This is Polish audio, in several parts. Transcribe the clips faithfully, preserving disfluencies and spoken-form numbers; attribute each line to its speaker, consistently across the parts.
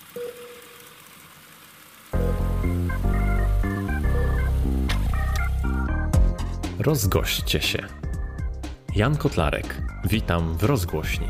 Speaker 1: Rozgośćcie się. Jan Kotlarek. Witam w rozgłośni.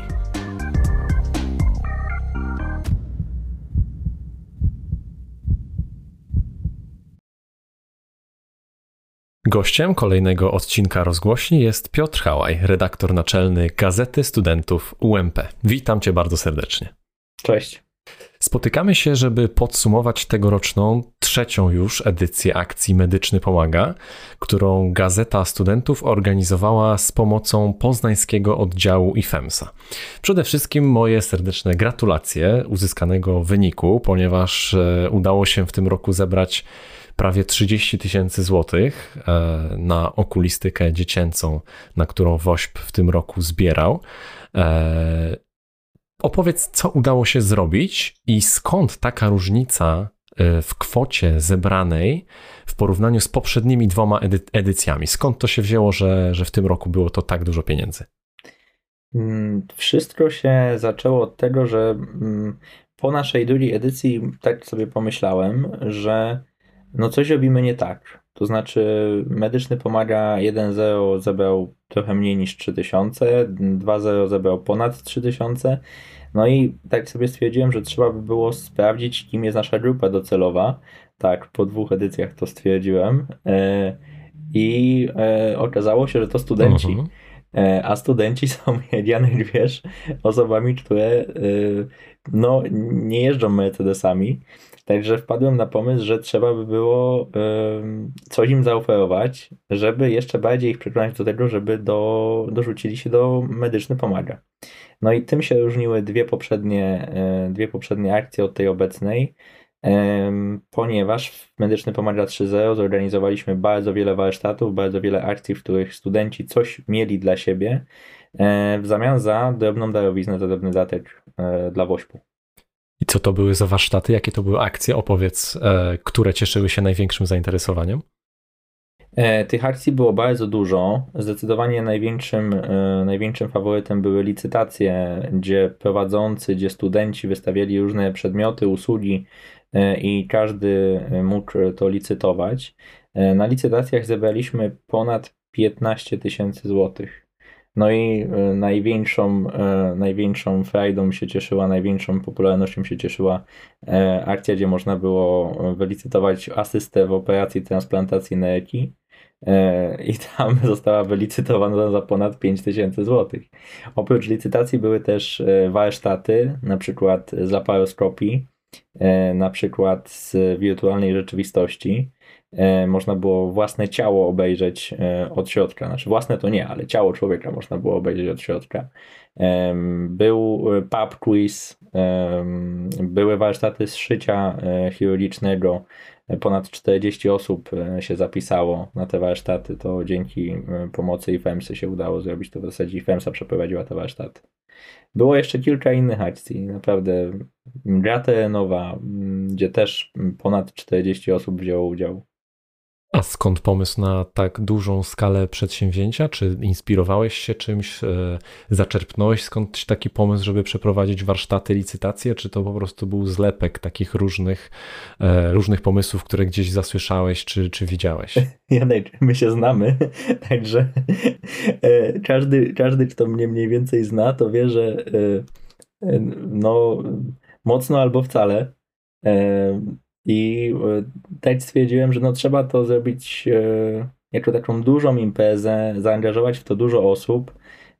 Speaker 1: Gościem kolejnego odcinka rozgłośni jest Piotr Hałaj, redaktor naczelny Gazety Studentów U M P. Witam cię bardzo serdecznie.
Speaker 2: Cześć.
Speaker 1: Spotykamy się, żeby podsumować tegoroczną, trzecią już edycję akcji Medyczny Pomaga, którą Gazeta Studentów organizowała z pomocą poznańskiego oddziału IFEMSA. Przede wszystkim moje serdeczne gratulacje uzyskanego wyniku, ponieważ udało się w tym roku zebrać prawie trzydzieści tysięcy złotych na okulistykę dziecięcą, na którą WOŚP w tym roku zbierał. Opowiedz, co udało się zrobić i skąd taka różnica w kwocie zebranej w porównaniu z poprzednimi dwoma edy- edycjami? Skąd to się wzięło, że, że w tym roku było to tak dużo pieniędzy?
Speaker 2: Wszystko się zaczęło od tego, że po naszej drugiej edycji tak sobie pomyślałem, że no coś robimy nie tak. To znaczy Medyczny Pomaga jeden zero zebrał trochę mniej niż trzy tysiące, dwa zero zebrał ponad trzy tysiące. No i tak sobie stwierdziłem, że trzeba by było sprawdzić, kim jest nasza grupa docelowa. Tak, po dwóch edycjach to stwierdziłem. I okazało się, że to studenci. Uh-huh. A studenci są, jak wiesz, osobami, które no, nie jeżdżą Mercedesami. Także wpadłem na pomysł, że trzeba by było coś im zaoferować, żeby jeszcze bardziej ich przekonać do tego, żeby do, dorzucili się do Medyczny Pomaga. No i tym się różniły dwie poprzednie, dwie poprzednie akcje od tej obecnej, ponieważ w Medyczny Pomaga trzy zero zorganizowaliśmy bardzo wiele warsztatów, bardzo wiele akcji, w których studenci coś mieli dla siebie w zamian za drobną darowiznę, za drobny datek dla WOŚP-u.
Speaker 1: I co to były za warsztaty? Jakie to były akcje? Opowiedz, które cieszyły się największym zainteresowaniem?
Speaker 2: Tych akcji było bardzo dużo. Zdecydowanie największym, największym faworytem były licytacje, gdzie prowadzący, gdzie studenci wystawiali różne przedmioty, usługi i każdy mógł to licytować. Na licytacjach zebraliśmy ponad piętnaście tysięcy złotych. No i największą, największą frajdą się cieszyła, największą popularnością się cieszyła akcja, gdzie można było wylicytować asystę w operacji transplantacji nerki i tam została wylicytowana za ponad pięć tysięcy złotych. Oprócz licytacji były też warsztaty, na przykład z laparoskopii, na przykład z wirtualnej rzeczywistości. Można było własne ciało obejrzeć od środka. Znaczy własne to nie, ale ciało człowieka można było obejrzeć od środka. Był pub quiz, były warsztaty z szycia chirurgicznego. Ponad czterdzieści osób się zapisało na te warsztaty. To dzięki pomocy IFEMSy się udało zrobić. To w zasadzie IFEMSa przeprowadziła te warsztaty. Było jeszcze kilka innych akcji. Naprawdę gra terenowa, gdzie też ponad czterdzieści osób wzięło udział.
Speaker 1: A skąd pomysł na tak dużą skalę przedsięwzięcia? Czy inspirowałeś się czymś, e, zaczerpnąłeś skądś taki pomysł, żeby przeprowadzić warsztaty, licytacje, czy to po prostu był zlepek takich różnych, e, różnych pomysłów, które gdzieś zasłyszałeś, czy, czy widziałeś?
Speaker 2: Janek, my się znamy, także e, każdy, każdy, kto mnie mniej więcej zna, to wie, że e, no mocno albo wcale. E, I tak stwierdziłem, że no trzeba to zrobić jako taką dużą imprezę, zaangażować w to dużo osób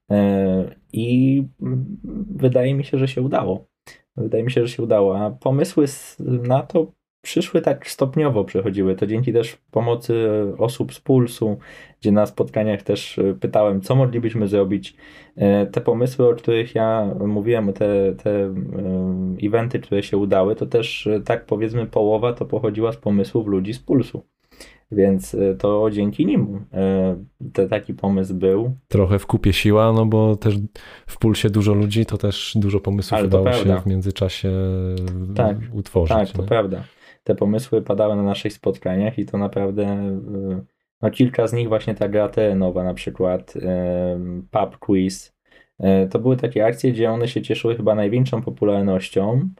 Speaker 2: i wydaje mi się, że się udało. Wydaje mi się, że się udało, a pomysły na to przyszły tak stopniowo, przychodziły. To dzięki też pomocy osób z Pulsu, gdzie na spotkaniach też pytałem, co moglibyśmy zrobić. Te pomysły, o których ja mówiłem, te, te eventy, które się udały, to też tak powiedzmy połowa to pochodziła z pomysłów ludzi z Pulsu. Więc to dzięki nim te, taki pomysł był.
Speaker 1: Trochę w kupie siła, no bo też w Pulsie dużo ludzi, to też dużo pomysłów
Speaker 2: Ale
Speaker 1: udało
Speaker 2: prawda.
Speaker 1: się w międzyczasie
Speaker 2: tak,
Speaker 1: utworzyć.
Speaker 2: Tak, to
Speaker 1: nie?
Speaker 2: prawda. Te pomysły padały na naszych spotkaniach i to naprawdę, no kilka z nich właśnie ta gra terenowa, na przykład pub quiz. To były takie akcje, gdzie one się cieszyły chyba największą popularnością,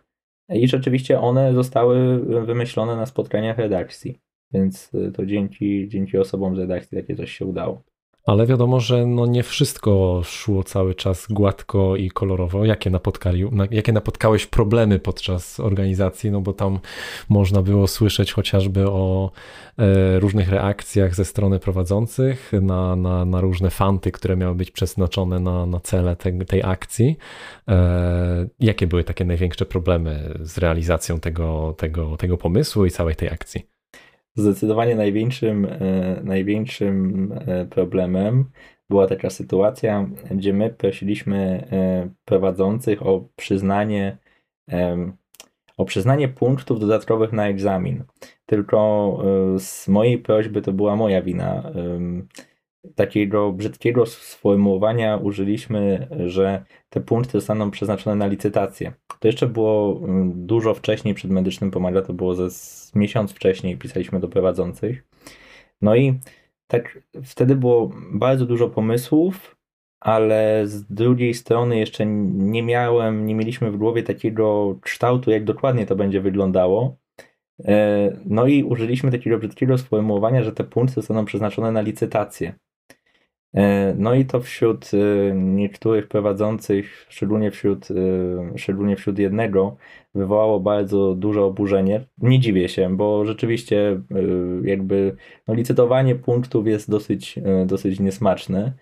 Speaker 2: I rzeczywiście one zostały wymyślone na spotkaniach redakcji, więc to dzięki, dzięki osobom z redakcji takie coś się udało.
Speaker 1: Ale wiadomo, że no nie wszystko szło cały czas gładko i kolorowo. Jakie, napotkali, na, jakie napotkałeś problemy podczas organizacji? No bo tam można było słyszeć chociażby o e, różnych reakcjach ze strony prowadzących na, na, na różne fanty, które miały być przeznaczone na, na cele te, tej akcji. E, jakie były takie największe problemy z realizacją tego, tego, tego pomysłu i całej tej akcji?
Speaker 2: Zdecydowanie największym, największym problemem była taka sytuacja, gdzie my prosiliśmy prowadzących o przyznanie, o przyznanie punktów dodatkowych na egzamin. Tylko z mojej prośby to była moja wina. Takiego brzydkiego sformułowania użyliśmy, że te punkty zostaną przeznaczone na licytację. To jeszcze było dużo wcześniej, przed Medycznym Pomaga, to było ze miesiąc wcześniej, pisaliśmy do prowadzących. No i tak wtedy było bardzo dużo pomysłów, ale z drugiej strony jeszcze nie miałem, nie mieliśmy w głowie takiego kształtu, jak dokładnie to będzie wyglądało. No i użyliśmy takiego brzydkiego sformułowania, że te punkty zostaną przeznaczone na licytację. No i to wśród niektórych prowadzących, szczególnie wśród, szczególnie wśród jednego, wywołało bardzo duże oburzenie. Nie dziwię się, bo rzeczywiście jakby no, licytowanie punktów jest dosyć, dosyć niesmaczne.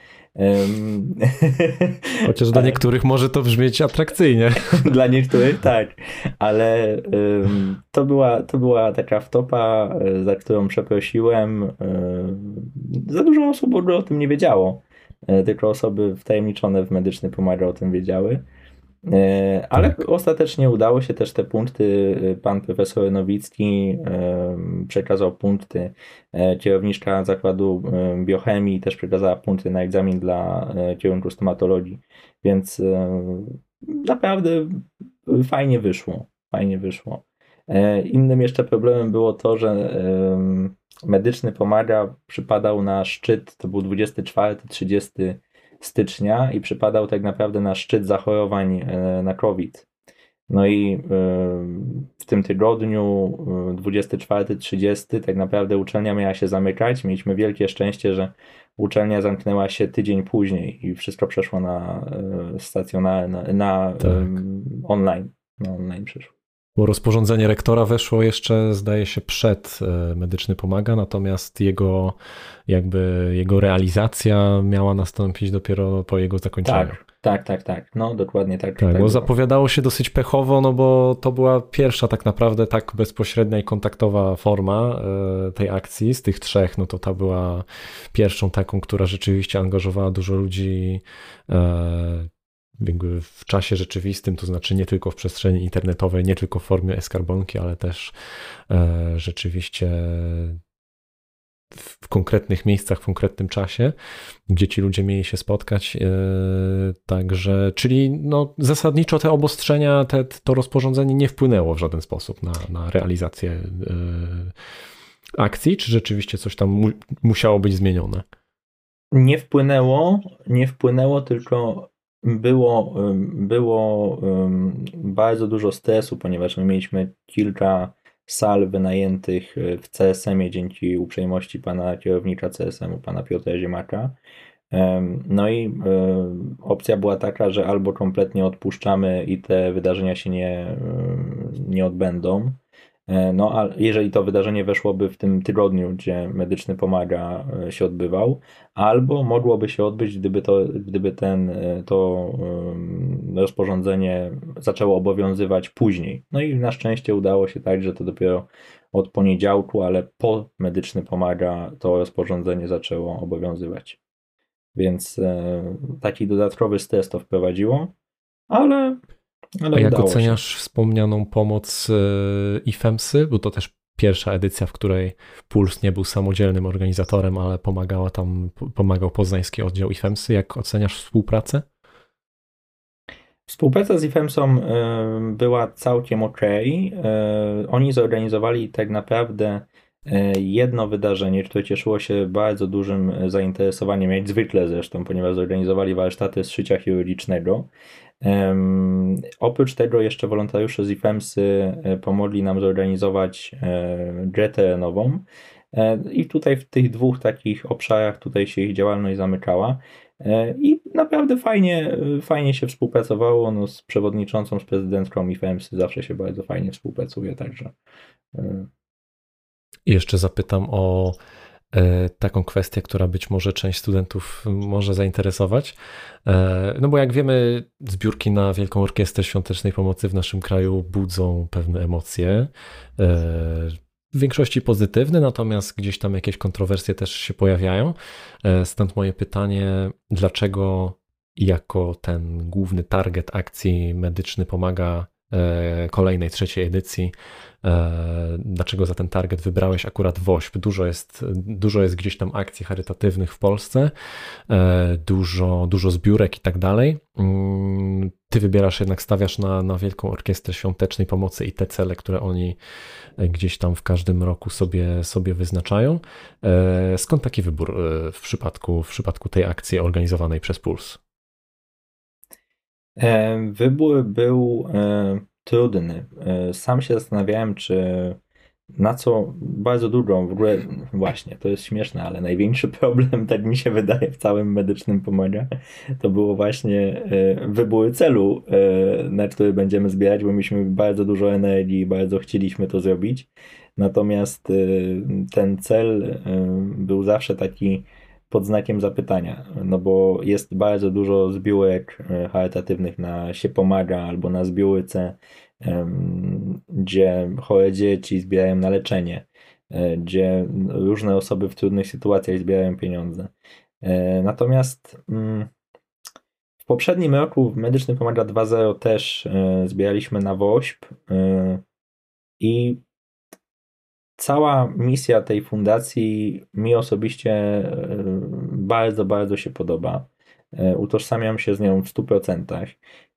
Speaker 1: Chociaż dla niektórych może to brzmieć atrakcyjnie.
Speaker 2: Dla niektórych tak, ale to była, to była taka wtopa, za którą przeprosiłem. Za dużo osób w ogóle o tym nie wiedziało. Tylko osoby wtajemniczone w Medyczny Pomaga o tym wiedziały. Ale tak. Ostatecznie udało się też te punkty. Pan profesor Nowicki przekazał punkty. Kierowniczka Zakładu Biochemii też przekazała punkty na egzamin dla kierunku stomatologii. Więc naprawdę fajnie wyszło. Fajnie wyszło. Innym jeszcze problemem było to, że Medyczny Pomaga przypadał na szczyt, to był dwudziestego czwartego trzydziestego stycznia i przypadał tak naprawdę na szczyt zachorowań na COVID. No i w tym tygodniu dwudziestego czwartego trzydziestego tak naprawdę uczelnia miała się zamykać. Mieliśmy wielkie szczęście, że uczelnia zamknęła się tydzień później i wszystko przeszło na stacjonarne, na tak. online. Na online przeszło.
Speaker 1: Bo rozporządzenie rektora weszło jeszcze, zdaje się, przed Medyczny Pomaga, natomiast jego jakby jego realizacja miała nastąpić dopiero po jego zakończeniu.
Speaker 2: Tak, tak, tak, tak. No dokładnie tak.
Speaker 1: Tak,
Speaker 2: tak
Speaker 1: bo było. Zapowiadało się dosyć pechowo, no bo to była pierwsza tak naprawdę tak bezpośrednia i kontaktowa forma tej akcji z tych trzech, no to ta była pierwszą taką, która rzeczywiście angażowała dużo ludzi jakby w czasie rzeczywistym, to znaczy nie tylko w przestrzeni internetowej, nie tylko w formie e-skarbonki, ale też e, rzeczywiście w konkretnych miejscach, w konkretnym czasie, gdzie ci ludzie mieli się spotkać. E, także, czyli no, zasadniczo te obostrzenia, te, to rozporządzenie nie wpłynęło w żaden sposób na, na realizację e, akcji, czy rzeczywiście coś tam mu, musiało być zmienione?
Speaker 2: Nie wpłynęło, nie wpłynęło, tylko Było, było bardzo dużo stresu, ponieważ my mieliśmy kilka sal wynajętych w C S M ie dzięki uprzejmości pana kierownika C S M u, pana Piotra Ziemaka. No i opcja była taka, że albo kompletnie odpuszczamy i te wydarzenia się nie, nie odbędą. No, a jeżeli to wydarzenie weszłoby w tym tygodniu, gdzie Medyczny Pomaga się odbywał, albo mogłoby się odbyć, gdyby to, gdyby ten, to rozporządzenie zaczęło obowiązywać później. No i na szczęście udało się tak, że to dopiero od poniedziałku, ale po Medyczny Pomaga to rozporządzenie zaczęło obowiązywać. Więc taki dodatkowy stres to wprowadziło, ale... Ale
Speaker 1: A jak oceniasz się. wspomnianą pomoc I F E M S y? Bo to też pierwsza edycja, w której Puls nie był samodzielnym organizatorem, ale pomagała tam, pomagał poznański oddział I F E M S y. Jak oceniasz współpracę?
Speaker 2: Współpraca z I F E M S em była całkiem ok. Oni zorganizowali tak naprawdę jedno wydarzenie, które cieszyło się bardzo dużym zainteresowaniem, jak zwykle zresztą, ponieważ zorganizowali warsztaty z szycia chirurgicznego. Oprócz tego jeszcze wolontariusze z IFEMSy pomogli nam zorganizować grę terenową i tutaj w tych dwóch takich obszarach tutaj się ich działalność zamykała i naprawdę fajnie, fajnie się współpracowało, no, z przewodniczącą, z prezydentką IFEMSy zawsze się bardzo fajnie współpracuje, także.
Speaker 1: I jeszcze zapytam o taką kwestię, która być może część studentów może zainteresować. No bo jak wiemy, zbiórki na Wielką Orkiestrę Świątecznej Pomocy w naszym kraju budzą pewne emocje. W większości pozytywne, natomiast gdzieś tam jakieś kontrowersje też się pojawiają. Stąd moje pytanie, dlaczego jako ten główny target akcji Medyczny Pomaga kolejnej, trzeciej edycji, dlaczego za ten target wybrałeś akurat WOŚP? Dużo jest, dużo jest gdzieś tam akcji charytatywnych w Polsce, dużo, dużo zbiórek i tak dalej. Ty wybierasz jednak, stawiasz na, na Wielką Orkiestrę Świątecznej Pomocy i te cele, które oni gdzieś tam w każdym roku sobie, sobie wyznaczają. Skąd taki wybór w przypadku, w przypadku tej akcji organizowanej przez Puls?
Speaker 2: Wybór był trudny. Sam się zastanawiałem, czy na co bardzo dużo, w ogóle właśnie, to jest śmieszne, ale największy problem, tak mi się wydaje, w całym Medycznym Pomaga, to było właśnie wybór celu, na który będziemy zbierać, bo mieliśmy bardzo dużo energii i bardzo chcieliśmy to zrobić. Natomiast ten cel był zawsze taki pod znakiem zapytania, no bo jest bardzo dużo zbiórek charytatywnych na Się Pomaga albo na zbiórce, gdzie chore dzieci zbierają na leczenie, gdzie różne osoby w trudnych sytuacjach zbierają pieniądze. Natomiast w poprzednim roku w Medyczny Pomaga dwa zero też zbieraliśmy na WOŚP i cała misja tej fundacji mi osobiście bardzo, bardzo się podoba. Utożsamiam się z nią w stu procentach.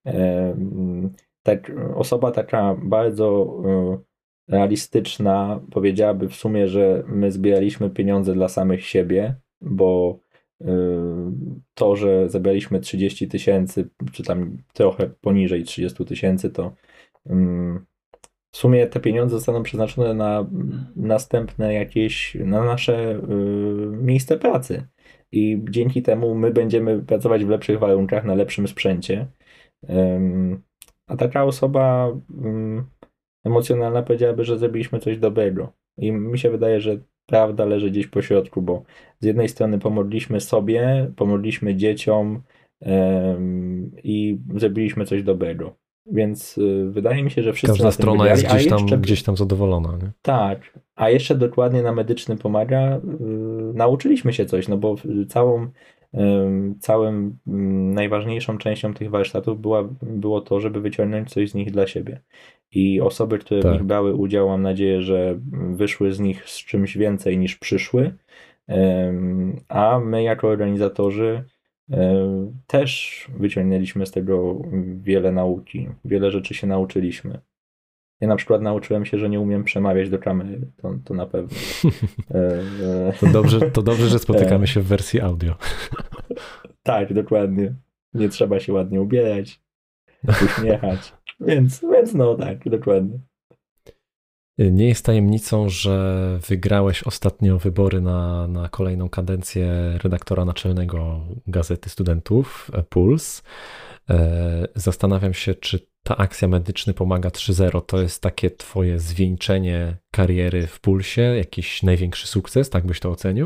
Speaker 2: Tak, osoba taka bardzo realistyczna powiedziałaby w sumie, że my zbieraliśmy pieniądze dla samych siebie, bo to, że zebraliśmy trzydzieści tysięcy, czy tam trochę poniżej trzydzieści tysięcy, to w sumie te pieniądze zostaną przeznaczone na następne jakieś, na nasze y, miejsce pracy. I dzięki temu my będziemy pracować w lepszych warunkach, na lepszym sprzęcie. Ym, a taka osoba ym, emocjonalna powiedziałaby, że zrobiliśmy coś dobrego. I mi się wydaje, że prawda leży gdzieś po środku, bo z jednej strony pomogliśmy sobie, pomogliśmy dzieciom ym, i zrobiliśmy coś dobrego. Więc wydaje mi się, że wszyscy.
Speaker 1: Każda strona jest gdzieś tam, jeszcze, gdzieś tam zadowolona. Nie?
Speaker 2: Tak, a jeszcze dokładnie na Medyczny Pomaga yy, nauczyliśmy się coś, no bo całą, yy, całym yy, najważniejszą częścią tych warsztatów była, było to, żeby wyciągnąć coś z nich dla siebie. I osoby, które tak w nich brały udział, mam nadzieję, że wyszły z nich z czymś więcej niż przyszły, yy, a my jako organizatorzy też wyciągnęliśmy z tego wiele nauki, wiele rzeczy się nauczyliśmy. Ja na przykład nauczyłem się, że nie umiem przemawiać do kamery, to, to na pewno.
Speaker 1: To dobrze, to dobrze, że spotykamy się w wersji audio.
Speaker 2: Tak, dokładnie. Nie trzeba się ładnie ubierać, uśmiechać, więc, więc no tak, dokładnie.
Speaker 1: Nie jest tajemnicą, że wygrałeś ostatnio wybory na, na kolejną kadencję redaktora naczelnego Gazety Studentów, Puls. Zastanawiam się, czy ta akcja Medyczny Pomaga trzy zero to jest takie twoje zwieńczenie kariery w Pulsie, jakiś największy sukces, tak byś to ocenił?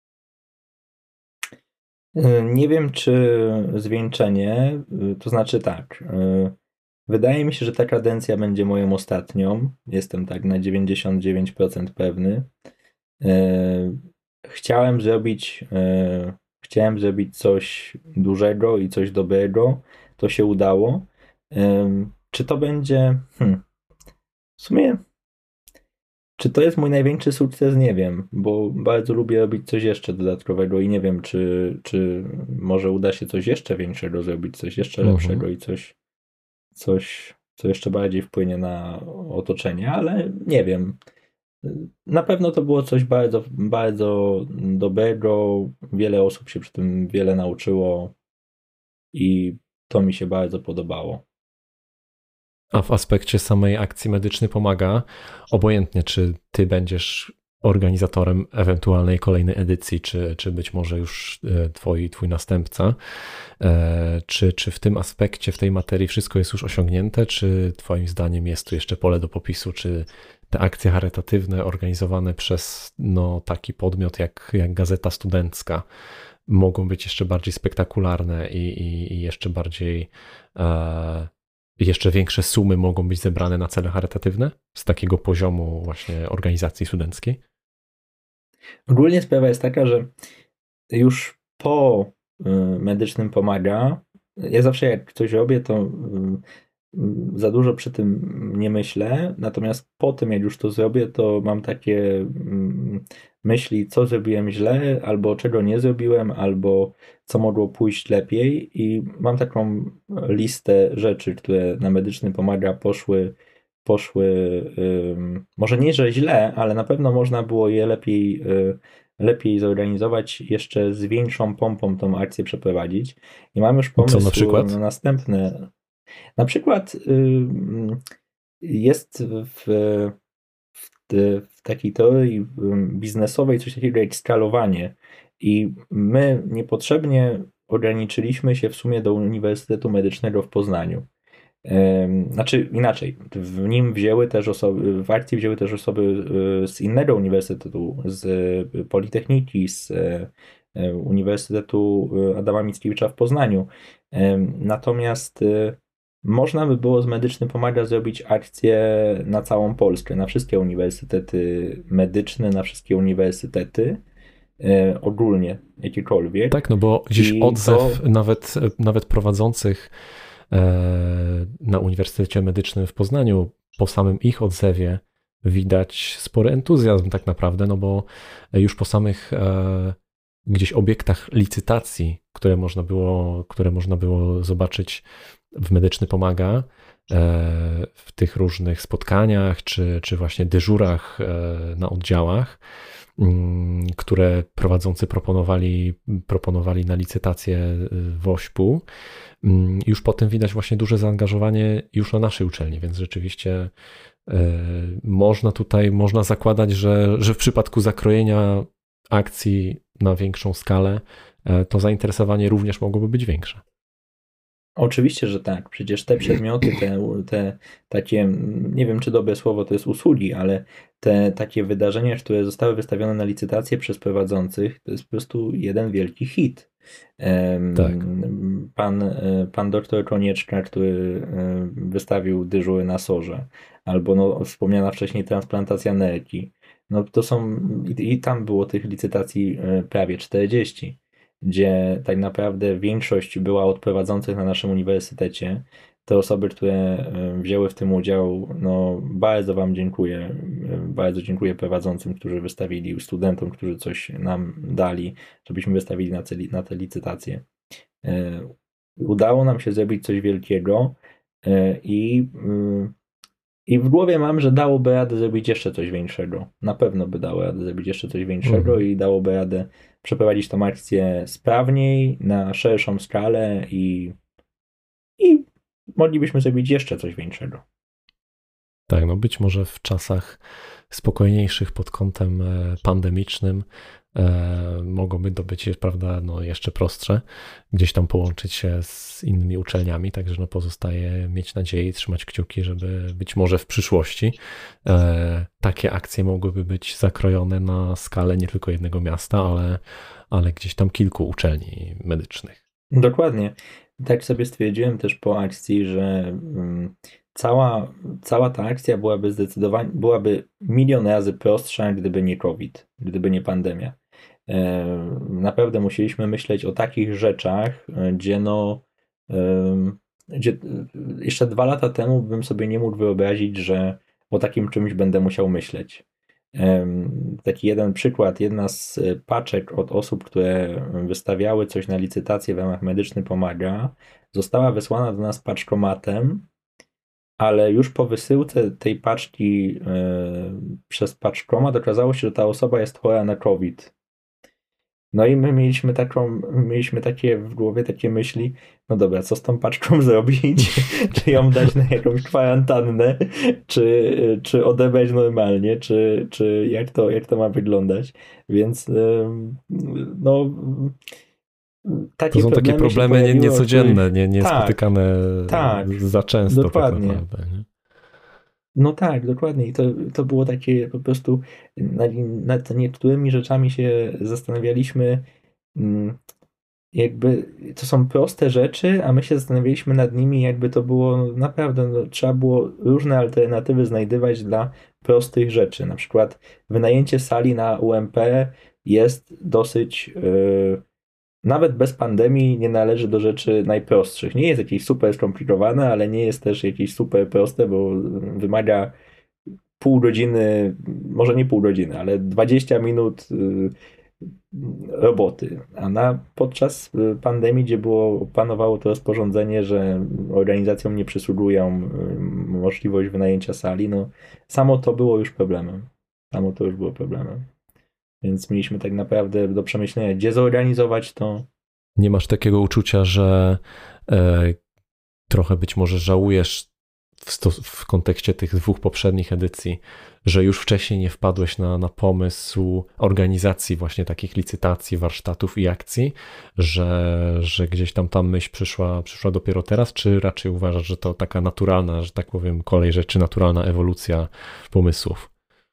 Speaker 2: Nie wiem, czy zwieńczenie, to znaczy tak. Wydaje mi się, że ta kadencja będzie moją ostatnią. Jestem tak na dziewięćdziesiąt dziewięć procent pewny. Chciałem zrobić, chciałem zrobić coś dużego i coś dobrego. To się udało. Czy to będzie... Hmm, w sumie... Czy to jest mój największy sukces? Nie wiem, bo bardzo lubię robić coś jeszcze dodatkowego i nie wiem, czy, czy może uda się coś jeszcze większego zrobić, coś jeszcze lepszego mhm. i coś, coś, co jeszcze bardziej wpłynie na otoczenie, ale nie wiem. Na pewno to było coś bardzo, bardzo dobrego. Wiele osób się przy tym wiele nauczyło i to mi się bardzo podobało.
Speaker 1: A w aspekcie samej akcji Medyczny Pomaga, obojętnie czy ty będziesz organizatorem ewentualnej kolejnej edycji, czy, czy być może już twoi, twój następca, czy, czy w tym aspekcie, w tej materii wszystko jest już osiągnięte, czy twoim zdaniem jest tu jeszcze pole do popisu, czy te akcje charytatywne organizowane przez no, taki podmiot jak, jak Gazeta Studencka mogą być jeszcze bardziej spektakularne i, i, i jeszcze bardziej e, jeszcze większe sumy mogą być zebrane na cele charytatywne z takiego poziomu właśnie organizacji studenckiej?
Speaker 2: Ogólnie sprawa jest taka, że już po Medycznym Pomaga, ja zawsze jak coś robię, to za dużo przy tym nie myślę, natomiast po tym jak już to zrobię, to mam takie myśli, co zrobiłem źle, albo czego nie zrobiłem, albo co mogło pójść lepiej i mam taką listę rzeczy, które na Medyczny Pomaga poszły poszły, może nie, że źle, ale na pewno można było je lepiej lepiej zorganizować, jeszcze z większą pompą tą akcję przeprowadzić. I mam już pomysł
Speaker 1: Co na przykład?
Speaker 2: na następne. Na przykład jest w, w, w takiej teorii biznesowej coś takiego jak skalowanie i my niepotrzebnie ograniczyliśmy się w sumie do Uniwersytetu Medycznego w Poznaniu. Znaczy inaczej, w nim wzięły też osoby, w akcji wzięły też osoby z innego uniwersytetu, z Politechniki, z Uniwersytetu Adama Mickiewicza w Poznaniu. Natomiast można by było z Medycznym Pomaga zrobić akcję na całą Polskę, na wszystkie uniwersytety medyczne, na wszystkie uniwersytety, ogólnie, jakiekolwiek.
Speaker 1: Tak, no bo gdzieś
Speaker 2: I
Speaker 1: odzew
Speaker 2: to...
Speaker 1: nawet, nawet prowadzących na Uniwersytecie Medycznym w Poznaniu, po samym ich odzewie widać spory entuzjazm tak naprawdę, no bo już po samych gdzieś obiektach licytacji, które można było, które można było zobaczyć w Medyczny Pomaga, w tych różnych spotkaniach, czy, czy właśnie dyżurach na oddziałach, które prowadzący proponowali, proponowali na licytację w Ośpu. Już po tym widać właśnie duże zaangażowanie już na naszej uczelni, więc rzeczywiście można tutaj, można zakładać, że, że w przypadku zakrojenia akcji na większą skalę, to zainteresowanie również mogłoby być większe.
Speaker 2: Oczywiście, że tak. Przecież te przedmioty, te, te takie, nie wiem czy dobre słowo to jest usługi, ale te takie wydarzenia, które zostały wystawione na licytację przez prowadzących, to jest po prostu jeden wielki hit.
Speaker 1: Tak.
Speaker 2: Pan, pan doktor Konieczka, który wystawił dyżury na sorze, albo no, wspomniana wcześniej transplantacja nerki. No to są, i, i tam było tych licytacji prawie czterdzieści, gdzie tak naprawdę większość była od prowadzących na naszym uniwersytecie. Te osoby, które wzięły w tym udział, no bardzo Wam dziękuję. Bardzo dziękuję prowadzącym, którzy wystawili, studentom, którzy coś nam dali, żebyśmy wystawili na, celi, na te licytacje. Udało nam się zrobić coś wielkiego i, i w głowie mam, że dałoby radę zrobić jeszcze coś większego. Na pewno by dało radę zrobić jeszcze coś większego mhm. i dałoby radę przeprowadzić tą akcję sprawniej, na szerszą skalę i, i moglibyśmy zrobić jeszcze coś większego.
Speaker 1: Tak, no być może w czasach spokojniejszych pod kątem pandemicznym e, mogłoby to być, prawda, no jeszcze prostsze, gdzieś tam połączyć się z innymi uczelniami, także no pozostaje mieć nadzieję i trzymać kciuki, żeby być może w przyszłości e, takie akcje mogłyby być zakrojone na skalę nie tylko jednego miasta, ale, ale gdzieś tam kilku uczelni medycznych.
Speaker 2: Dokładnie. Tak sobie stwierdziłem też po akcji, że um, Cała, cała ta akcja byłaby zdecydowanie, byłaby milion razy prostsza, gdyby nie COVID, gdyby nie pandemia. Naprawdę musieliśmy myśleć o takich rzeczach, gdzie no, gdzie jeszcze dwa lata temu bym sobie nie mógł wyobrazić, że o takim czymś będę musiał myśleć. Taki jeden przykład, jedna z paczek od osób, które wystawiały coś na licytację w ramach Medyczny Pomaga, została wysłana do nas paczkomatem, ale już po wysyłce tej paczki yy, przez paczkomat okazało się, że ta osoba jest chora na COVID. No i my mieliśmy taką, mieliśmy takie w głowie takie myśli, no dobra, co z tą paczką zrobić? Czy ją dać na jakąś kwarantannę, czy, czy odebrać normalnie, czy, czy jak to, jak to ma wyglądać? Więc ym, no
Speaker 1: To
Speaker 2: takie
Speaker 1: są takie
Speaker 2: problemy się
Speaker 1: problemy nie,
Speaker 2: pojawiły, o
Speaker 1: niecodzienne,
Speaker 2: których...
Speaker 1: nie, nie
Speaker 2: Tak,
Speaker 1: spotykane
Speaker 2: tak,
Speaker 1: za często
Speaker 2: dokładnie.
Speaker 1: tak naprawdę. Nie?
Speaker 2: No tak, dokładnie. I to, to było takie po prostu, nad, nad niektórymi rzeczami się zastanawialiśmy, mm, jakby to są proste rzeczy, a my się zastanawialiśmy nad nimi, jakby to było naprawdę, no, trzeba było różne alternatywy znajdywać dla prostych rzeczy. Na przykład wynajęcie sali na U M P jest dosyć, yy, nawet bez pandemii nie należy do rzeczy najprostszych. Nie jest jakieś super skomplikowane, ale nie jest też jakieś super proste, bo wymaga pół godziny, może nie pół godziny, ale dwadzieścia minut y, roboty. A na, podczas pandemii, gdzie było, panowało to rozporządzenie, że organizacjom nie przysługują y, możliwość wynajęcia sali, no samo to było już problemem. Samo to już było problemem. Więc mieliśmy tak naprawdę do przemyślenia, gdzie zorganizować to.
Speaker 1: Nie masz takiego uczucia, że e, trochę być może żałujesz w, sto, w kontekście tych dwóch poprzednich edycji, że już wcześniej nie wpadłeś na, na pomysł organizacji właśnie takich licytacji, warsztatów i akcji, że, że gdzieś tam ta myśl przyszła, przyszła dopiero teraz, czy raczej uważasz, że to taka naturalna, że tak powiem, kolej rzeczy, naturalna ewolucja pomysłów?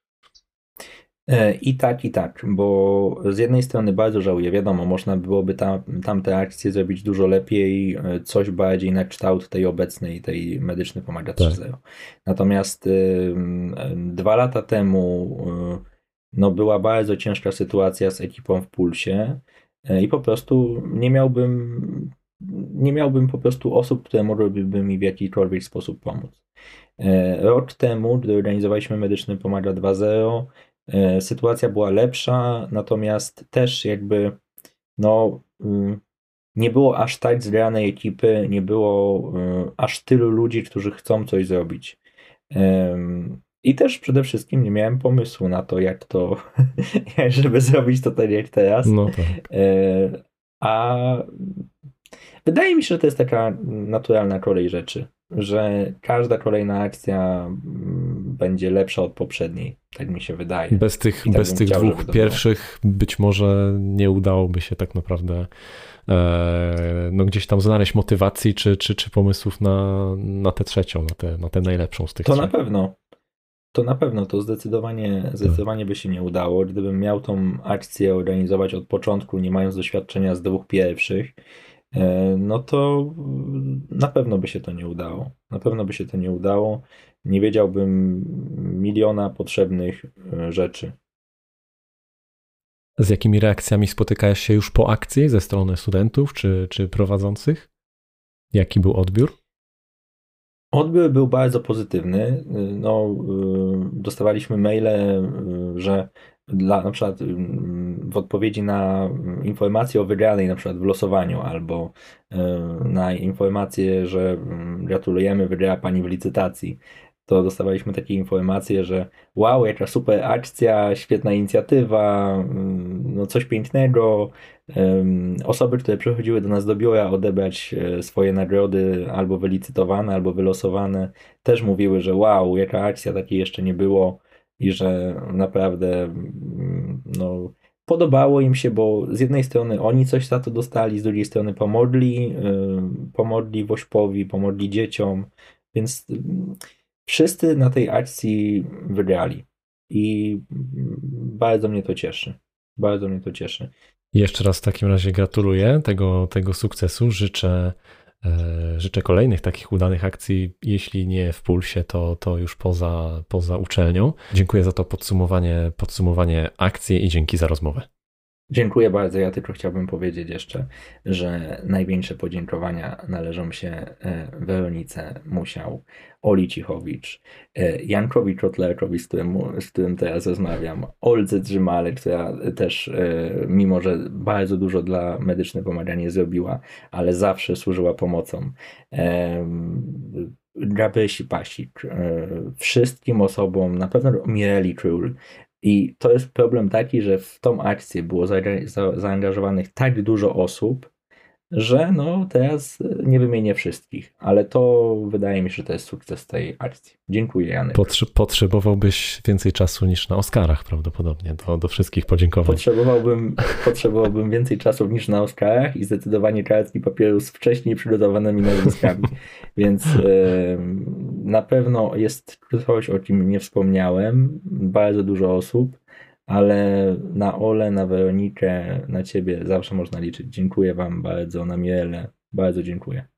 Speaker 2: I tak, i tak, bo z jednej strony bardzo żałuję, wiadomo, można byłoby tam, tamte akcje zrobić dużo lepiej, coś bardziej na kształt tej obecnej, tej Medyczny Pomaga trzy zero. Tak. Natomiast y, dwa lata temu y, no, była bardzo ciężka sytuacja z ekipą w Pulsie y, i po prostu nie miałbym, nie miałbym po prostu osób, które mogłyby mi w jakikolwiek sposób pomóc. Y, rok temu, gdy organizowaliśmy Medyczny Pomaga dwa zero, sytuacja była lepsza, natomiast też jakby no nie było aż tak zgranej ekipy, nie było aż tylu ludzi, którzy chcą coś zrobić. I też przede wszystkim nie miałem pomysłu na to, jak to, żeby zrobić to tak jak teraz.
Speaker 1: No tak.
Speaker 2: A wydaje mi się, że to jest taka naturalna kolej rzeczy, że każda kolejna akcja będzie lepsza od poprzedniej, tak mi się wydaje.
Speaker 1: Bez tych,
Speaker 2: tak
Speaker 1: bez tych
Speaker 2: chciał,
Speaker 1: dwóch pierwszych być może nie udałoby się tak naprawdę e, no gdzieś tam znaleźć motywacji czy, czy, czy pomysłów na, na tę trzecią, na tę, na tę najlepszą z tych
Speaker 2: To
Speaker 1: trzech.
Speaker 2: na pewno. To na pewno, to zdecydowanie, zdecydowanie by się nie udało. Gdybym miał tą akcję organizować od początku, nie mając doświadczenia z dwóch pierwszych, no to na pewno by się to nie udało. Na pewno by się to nie udało. Nie wiedziałbym miliona potrzebnych rzeczy.
Speaker 1: Z jakimi reakcjami spotykałeś się już po akcji ze strony studentów czy, czy prowadzących? Jaki był odbiór?
Speaker 2: Odbiór był bardzo pozytywny. No, dostawaliśmy maile, że dla, na przykład w odpowiedzi na informację o wygranej na przykład w losowaniu albo na informację, że gratulujemy, wygrała pani w licytacji, to dostawaliśmy takie informacje, że wow, jaka super akcja, świetna inicjatywa, no coś pięknego. Osoby, które przychodziły do nas do biura odebrać swoje nagrody albo wylicytowane, albo wylosowane, też mówiły, że wow, jaka akcja, takiej jeszcze nie było i że naprawdę no, podobało im się, bo z jednej strony oni coś za to dostali, z drugiej strony pomogli, pomogli Wośpowi, pomogli dzieciom, więc wszyscy na tej akcji wygrali i bardzo mnie to cieszy. Bardzo mnie to cieszy.
Speaker 1: Jeszcze raz w takim razie gratuluję tego, tego sukcesu. Życzę, e, życzę kolejnych takich udanych akcji, jeśli nie w Pulsie, to, to już poza, poza uczelnią. Dziękuję za to podsumowanie, podsumowanie akcji i dzięki za rozmowę.
Speaker 2: Dziękuję bardzo. Ja tylko chciałbym powiedzieć jeszcze, że największe podziękowania należą się Weronice Musiał, Oli Cichowicz, Jankowi Kotlerkowi, z którym, z którym teraz rozmawiam, Oldze Drzymale, która też, mimo że bardzo dużo dla Medyczne Pomaganie zrobiła, ale zawsze służyła pomocą, Gabrysi Pasik, wszystkim osobom, na pewno Mireli Król, I to jest problem taki, że w tą akcję było za, za, zaangażowanych tak dużo osób, że no teraz nie wymienię wszystkich, ale to wydaje mi się, że to jest sukces tej akcji. Dziękuję, Janek.
Speaker 1: Potrze- potrzebowałbyś więcej czasu niż na Oscarach prawdopodobnie, do, do wszystkich podziękowań.
Speaker 2: Potrzebowałbym, potrzebowałbym więcej czasu niż na Oscarach i zdecydowanie kartki papieru z wcześniej przygotowanymi nazwiskami, więc yy, na pewno jest coś, o czym nie wspomniałem, bardzo dużo osób, ale na Olę, na Weronikę, na ciebie zawsze można liczyć. Dziękuję wam bardzo, na Mirelę, bardzo dziękuję.